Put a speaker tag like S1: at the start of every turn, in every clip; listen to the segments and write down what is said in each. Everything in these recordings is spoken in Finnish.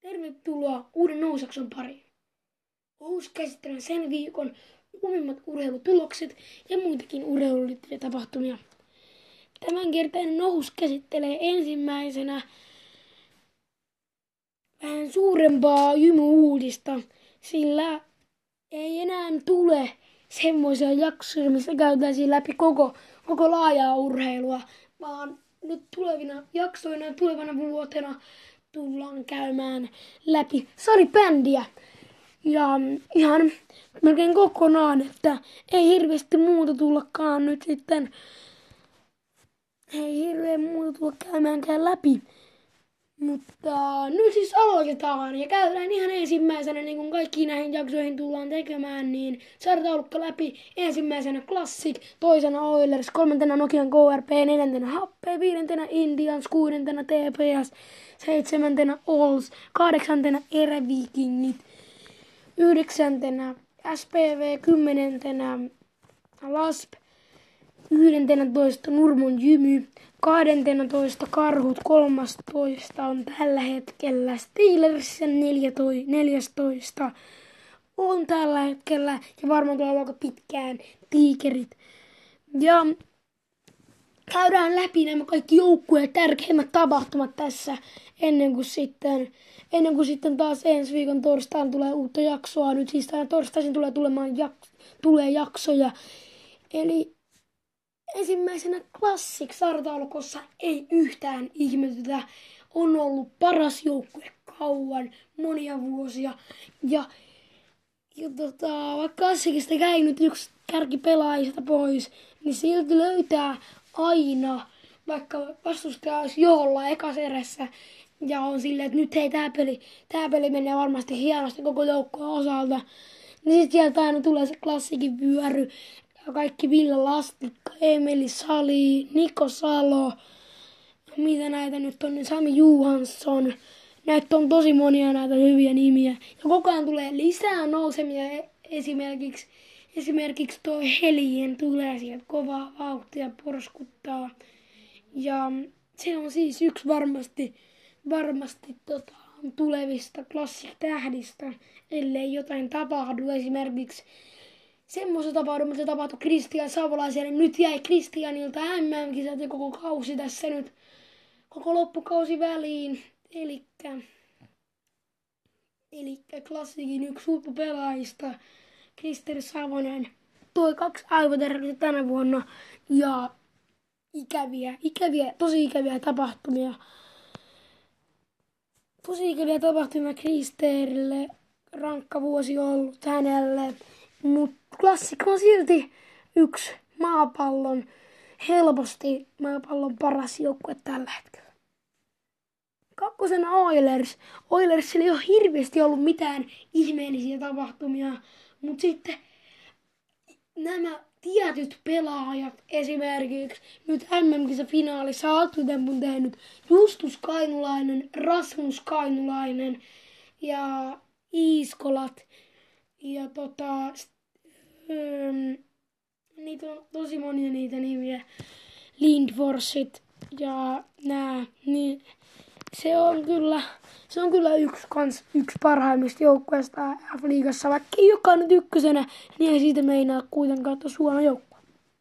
S1: Tervetuloa uuden Nousakson pariin. Ohus käsittelee sen viikon kuumimmat urheilutulokset ja muitakin urheiluun liittyviä tapahtumia. Tämänkertainen Ohus käsittelee ensimmäisenä vähän suurempaa jymy-uutista, sillä ei enää tule semmoisia jaksoja, missä käytäisiin läpi koko laajaa urheilua, vaan nyt tulevina jaksoina tulevana vuotena tullaan käymään läpi salibändiä. Ja ihan melkein kokonaan, että ei hirveästi muuta tullakaan nyt sitten. Ei hirveän muuta tulla käymäänkään läpi. Mutta nyt siis aloitetaan ja käydään ihan ensimmäisenä, niin kuin kaikkiin näihin jaksoihin tullaan tekemään, niin sarjataulukko läpi. Ensimmäisenä Classic, toisena Oilers, kolmantena Nokian KRP, neljäntenä Happe, viidentenä Indians, kuudentena TPS, seitsemäntenä Ols, kahdeksantena Erävikingit, yhdeksäntenä SPV, kymmenentenä LASP, 11 Nurmon Jymy, 12 Karhut, 13 on tällä hetkellä Steelers ja 14 on tällä hetkellä ja varmaan tulee aika pitkään Tigerit. Ja käydään läpi nämä kaikki joukkueet tärkeimmät tapahtumat tässä ennen kuin sitten taas ensi viikon torstaina tulee uutta jaksoa. Nyt siis torstaisin tulee jaksoja. Eli ensimmäisenä Classic sarjataulukossa ei yhtään ihmetytä. On ollut paras joukkue kauan, monia vuosia. Ja vaikka Classicista käy nyt yksi kärkipelaajista pois, niin silti löytää aina, vaikka vastustaja olisi jolla ekas erässä. Ja on silleen, että nyt hei, tää peli menee varmasti hienosti koko joukkojen osalta. Niin sit sieltä aina tulee se Classicin vyöry. Ja kaikki Ville Lastikka, Emeli Sali, Niko Salo, mitä näitä nyt on, Sami Johansson. Näitä on tosi monia näitä hyviä nimiä. Ja koko ajan tulee lisää nousemia, esimerkiksi toi Helien tulee sieltä kovaa vauhtia porskuttaa. Ja se on siis yksi varmasti tulevista Classic-tähdistä, ellei jotain tapahdu. Esimerkiksi semmoista mitä tapahtui Kristian Savolaiselle. Nyt jäi Kristianilta MM-kisat ja koko kausi tässä nyt, koko loppukausi väliin. Elikkä Classicin yksi huippupelaajista, Kristian Savonen, toi 2 aivoterveyttä tänä vuonna ja tosi ikäviä tapahtumia. Tosi ikäviä tapahtumia Kristerille, rankka vuosi ollut hänelle, mutta Classic on silti yksi helposti maapallon paras joukkue tällä hetkellä. Kakkosena Oilers. Oilersilla ei ole hirveästi ollut mitään ihmeellisiä tapahtumia, mutta sitten nämä tietyt pelaajat, esimerkiksi nyt MM-kisafinaalissa hattutempun tehnyt Justus Kainulainen, Rasmus Kainulainen ja Iiskolat ja niitä on tosi monia niitä nimiä, Lindforsit ja nää, niin se on kyllä yksi parhaimmista joukkueista F-liigassa, vaikka ei olekaan nyt ykkösenä, niin ei siitä meinaa kuitenkaan tuossa huono joukkue.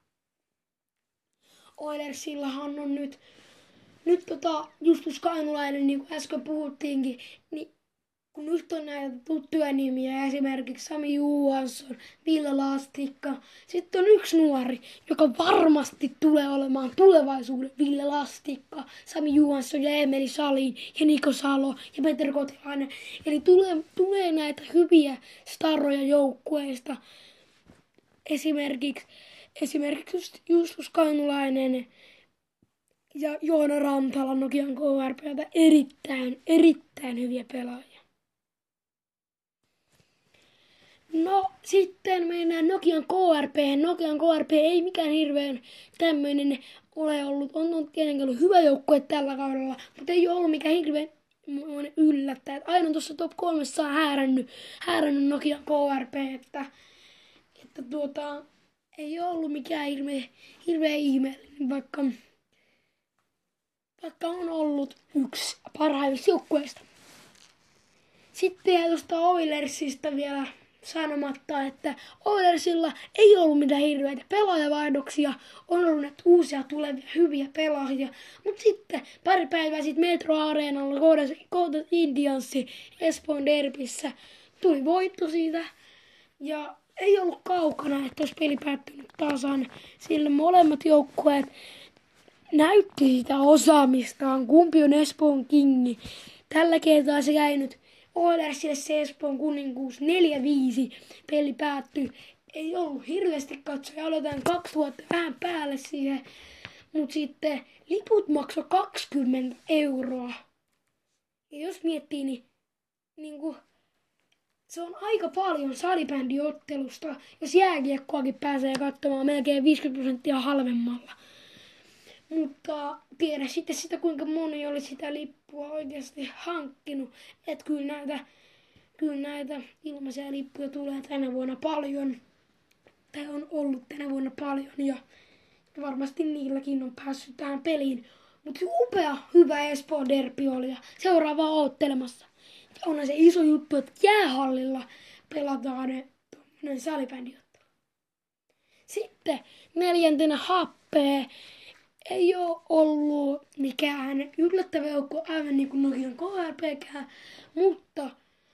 S1: Oilersillahan on nyt Justus Kainulainen, niin kuin äsken puhuttiinkin, niin kun nyt on näitä tuttuja nimiä, esimerkiksi Sami Johansson, Ville Lastikka, sitten on yksi nuori, joka varmasti tulee olemaan tulevaisuuden Ville Lastikka, Sami Johansson ja Emeli Salin ja Niko Salo ja Peter Kotilainen. Eli tulee näitä hyviä starroja joukkueista, esimerkiksi Justus Kainulainen ja Joona Rantala, Nokian KRP:ltä, erittäin hyviä pelaajia. No sitten mennään Nokian KRP. Nokian KRP ei mikään hirveän tämmöinen ole ollut. On tietenkin ollut hyvä joukkue tällä kaudella, mutta ei ole ollut mikään hirveän yllättäjä. Aina tuossa top 3 on häärännyt Nokian KRP, että ei ole ollut mikään hirveän ihmeellinen, vaikka on ollut yksi parhaimmista joukkueista. Sitten jäi tuosta Oilersista vielä sanomatta, että Oilersilla ei ollut mitään hirveitä pelaajavaihdoksia, on ollut näitä uusia tulevia hyviä pelaajia, mutta sitten pari päivää sitten Metro-areenalla kohdasi Indiansi Espoon derbissä, tuli voitto siitä ja ei ollut kaukana, että olisi peli päättynyt tasan, sillä molemmat joukkueet näytti sitä osaamistaan, kumpi on Espoon kingi. Tällä kertaa se jäi nyt Oilersille se Espoon kuninkuus 4-5. Peli päättyi. Ei ollut hirveästi katsoja, aloitetaan 2000 vähän päälle siihen. Mutta sitten liput maksoi 20 €. Ja jos miettii, niin se on aika paljon salibändiottelusta, jos jääkiekkoakin pääsee katsomaan melkein 50% halvemmalla. Mutta tiedä sitten sitä, kuinka moni oli sitä lippua oikeasti hankkinut. Että kyllä näitä ilmaisia lippuja tulee tänä vuonna paljon. Tai on ollut tänä vuonna paljon ja varmasti niilläkin on päässyt tähän peliin. Mutta upea, hyvä Espoon derbi oli ja seuraavaa oottelemassa. Onhan se iso juttu, että jäähallilla pelataan tommonen salibändiottelu. Sitten 4. happea. Ei ole ollut mikään yllättävä joukko aivan niin kuin Nokian KRPkään, mutta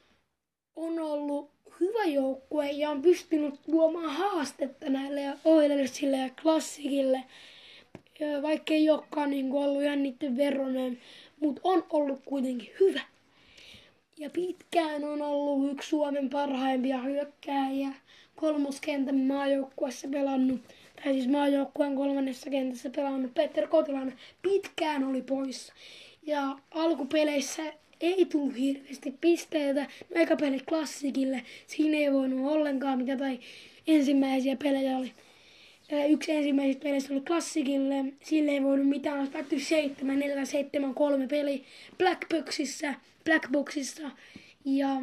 S1: on ollut hyvä joukkue ja on pystynyt luomaan haastetta näille Oilersille ja Klassikille, vaikka ei olekaan niin kuin ollut ihan niiden veronen, mutta on ollut kuitenkin hyvä. Ja pitkään on ollut yksi Suomen parhaimpia hyökkääjiä, kolmoskentän maajoukkueessa pelannut. Tai siis maajoukkueen 3. kentässä pelannut Petter Kotilainen pitkään oli poissa. Ja alkupeleissä ei tullut hirveästi pisteitä. No eka peli Klassikille, siinä ei voinut ollenkaan mitä, tai ensimmäisiä pelejä oli. Yksi ensimmäisistä peleistä oli Klassikille, sille ei voinut mitään, olisi päätty 7-4-7-3 peli Blackboxissa. Ja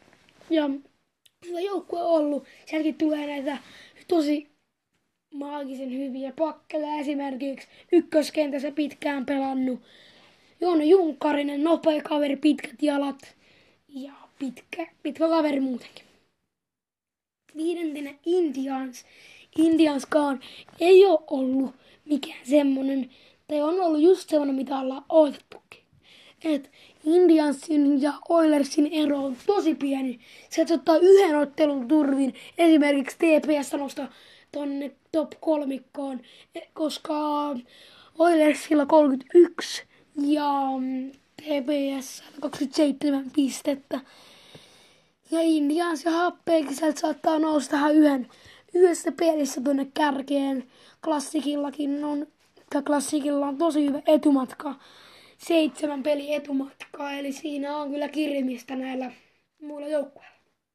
S1: joukkue on ollut. Sieltäkin tulee näitä tosi maagisen hyviä pakkeja, esimerkiksi ykköskentässä pitkään pelannut Joona Junkkarinen, nopea kaveri, pitkät jalat ja pitkä kaveri muutenkin. 5. Indianskaan ei ole ollut mikään semmonen, tai on ollut just semmonen, mitä ollaan odotettukin. Et Indiansin ja Oilersin ero on tosi pieni. Se ottaa yhden ottelun turvin, esimerkiksi TPS nostaa tonne top 3:kkoon, koska Oilersilla 31 ja TPS 27 pistettä. Ja Indians ja Happeekin sieltä saattaa nousta yhdessä pelissä tonne kärkeen. Klassikilla on tosi hyvä etumatka. 7 peli etumatkaa, eli siinä on kyllä kirimistä näillä muilla joukkueilla.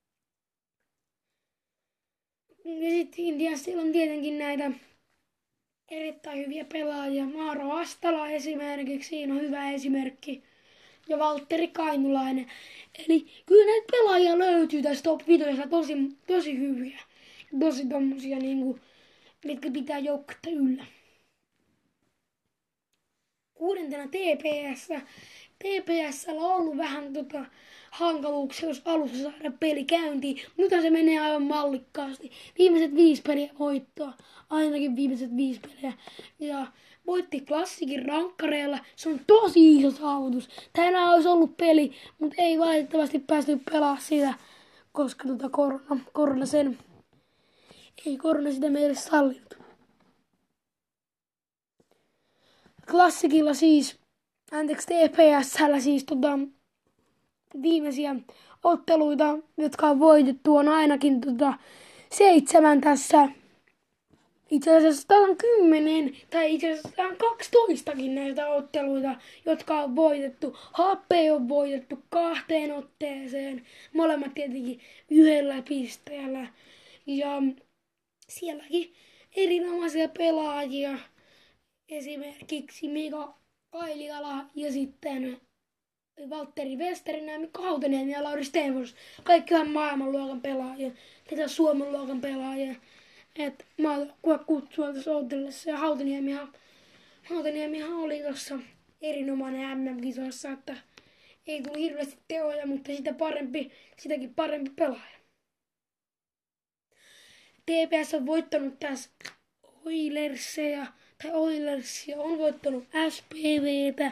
S1: Ja sitten Indiassa on tietenkin näitä erittäin hyviä pelaajia. Maaro Astala esimerkiksi, siinä on hyvä esimerkki. Ja Valtteri Kainulainen. Eli kyllä näitä pelaajia löytyy tästä top 5 tosi hyviä. Tosi tommosia niinku, mitkä pitää joukkuetta yllä. 6. TPS. TPS:llä on ollut vähän hankaluuksia, jos alussa saada peli käyntiin. Mutta se menee aivan mallikkaasti. Viimeiset 5 peliä voittoa. Ainakin viimeiset 5 peliä. Ja voitti Klassikin rankkareilla. Se on tosi iso saavutus. Tänään olisi ollut peli, mutta ei valitettavasti päästy pelaamaan sitä, koska korona sitä meille sallinut. Klassikilla siis, TPS:llä siis viimeisiä otteluita, jotka on voitettu, on ainakin 7 tässä. Itse asiassa tää on 10, tai itse asiassa tää on 12kin näitä otteluita, jotka on voitettu. HP on voitettu 2 otteeseen, molemmat tietenkin 1 pisteellä. Ja sielläkin erinomaisia pelaajia, esimerkiksi Mika Kailiala ja sitten Valtteri Westerinen ja Mikko Hautaniemi ja Lauri Stenfors. Kaikki ihan maailmanluokan pelaajia, tätä Suomen luokan pelaajia. Että maajoukkue kutsua tässä otellessa ja Hautaniemihan oli tuossa erinomainen MM-kisoissa, että Ei tullut hirveästi tehoja, mutta sitäkin parempi pelaaja. TPS on voittanut tässä Oilersia, on voittanut SPVtä,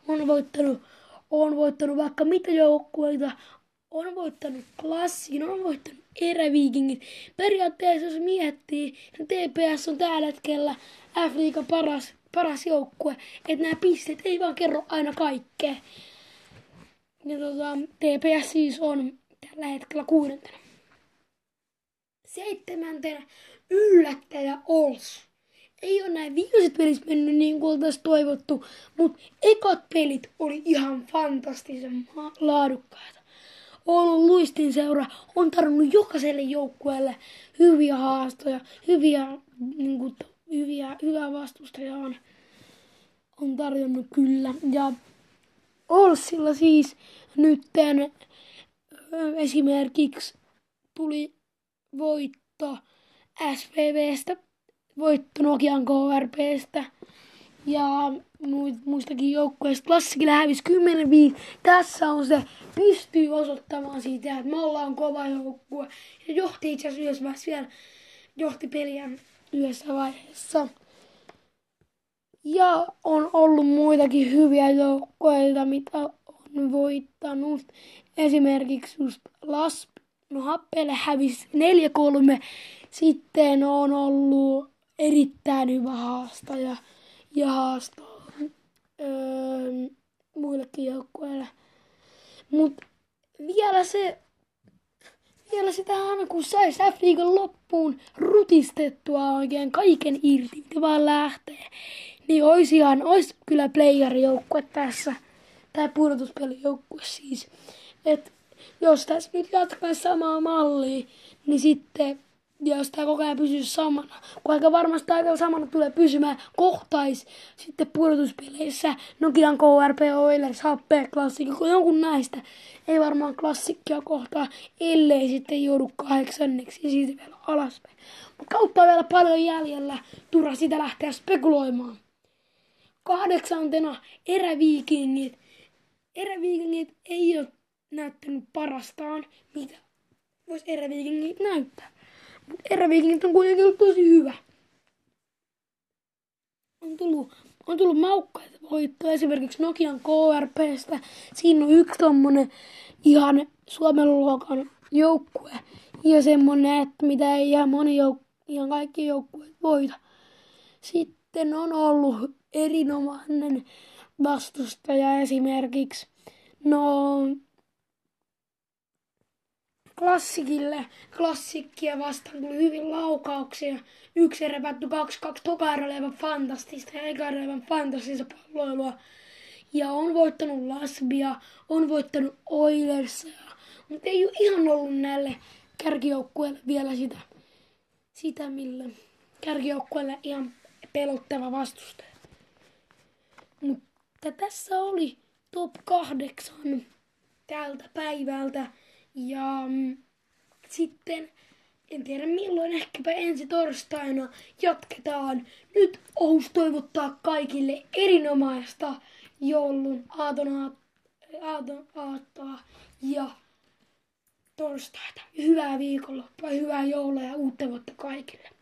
S1: on voittanut vaikka mitä joukkueita, on voittanut Klassin, on voittanut Eräviikingit. Periaatteessa jos miettii, niin TPS on tällä hetkellä F-liigan paras joukkue, että nämä pisteet ei vaan kerro aina kaikkea. Ja TPS siis on tällä hetkellä 6. 7. yllättäjä Ols. Ei ole näin viimeiset pelit mennyt niin kuin oltaisiin toivottu, mutta ekat pelit oli ihan fantastisen laadukkaita. Oulun Luistin seura on tarvinnut jokaiselle joukkueelle hyviä haastoja, hyvää vastustajaa on tarjonnut kyllä. Ja Olssilla siis nytten esimerkiksi tuli voitto SPVstä, voitto Nokian KRPstä ja muistakin joukkueista. Klassikilla hävisi 10-5. Tässä on se, pystyy osoittamaan siitä, että me ollaan kova joukkue. Ja johti itse asiassa vielä johti peliä yhdessä vaiheessa. Ja on ollut muitakin hyviä joukkueita, mitä on voittanut. Esimerkiksi just Happele hävisi 4-3. Sitten on ollut erittäin hyvä haastaja ja haastaa muillekin joukkueille. Mutta vielä se tähän, kun sais F-liigan loppuun rutistettua oikein kaiken irti, mitä vaan lähtee, niin olisi kyllä playerijoukkue tässä, tai pudotuspelijoukkue siis. Et jos tässä nyt jatkaa samaa mallia, niin sitten, jos tämä koko ajan pysyy samana, kun aika varmasti aika samana tulee pysymään, kohtais sitten pudotuspeleissä Nokian KRP, Oilers, Happea, Klassikki, kun jonkun näistä ei varmaan Klassikkia kohtaa, ellei sitten joudu 8. ja siitä vielä alaspäin. Mutta kautta on vielä paljon jäljellä, turha sitä lähteä spekuloimaan. 8. Eräviikingit. Eräviikingit ei ole näyttänyt parastaan, mitä voisi Eräviikingit näyttää. Mutta Eräviikingit on kuitenkin ollut tosi hyvä. On tullut maukkaita voittoja esimerkiksi Nokian KRPstä. Siinä on yksi tommonen ihan Suomen luokan joukkue. Ja semmonen, että mitä ei ihan kaikki joukkueet voita. Sitten on ollut erinomainen vastustaja esimerkiksi. Klassikkia vastaan tuli hyvin laukauksia. Yksi eräpätty 2-2 toka erä fantastista ja eka erä fantastista palloilua. Ja on voittanut Lasbia, on voittanut Oilersia, mutta ei ole ihan ollut näille kärkijoukkueille vielä sitä millä kärkijoukkueille ihan pelottava vastustaja. Mutta tässä oli top 8 tältä päivältä. Ja sitten, en tiedä milloin, ehkäpä ensi torstaina jatketaan. Nyt Ous toivottaa kaikille erinomaista joulun aattoa ja torstaita. Hyvää viikonloppua, hyvää joulua ja uutta vuotta kaikille.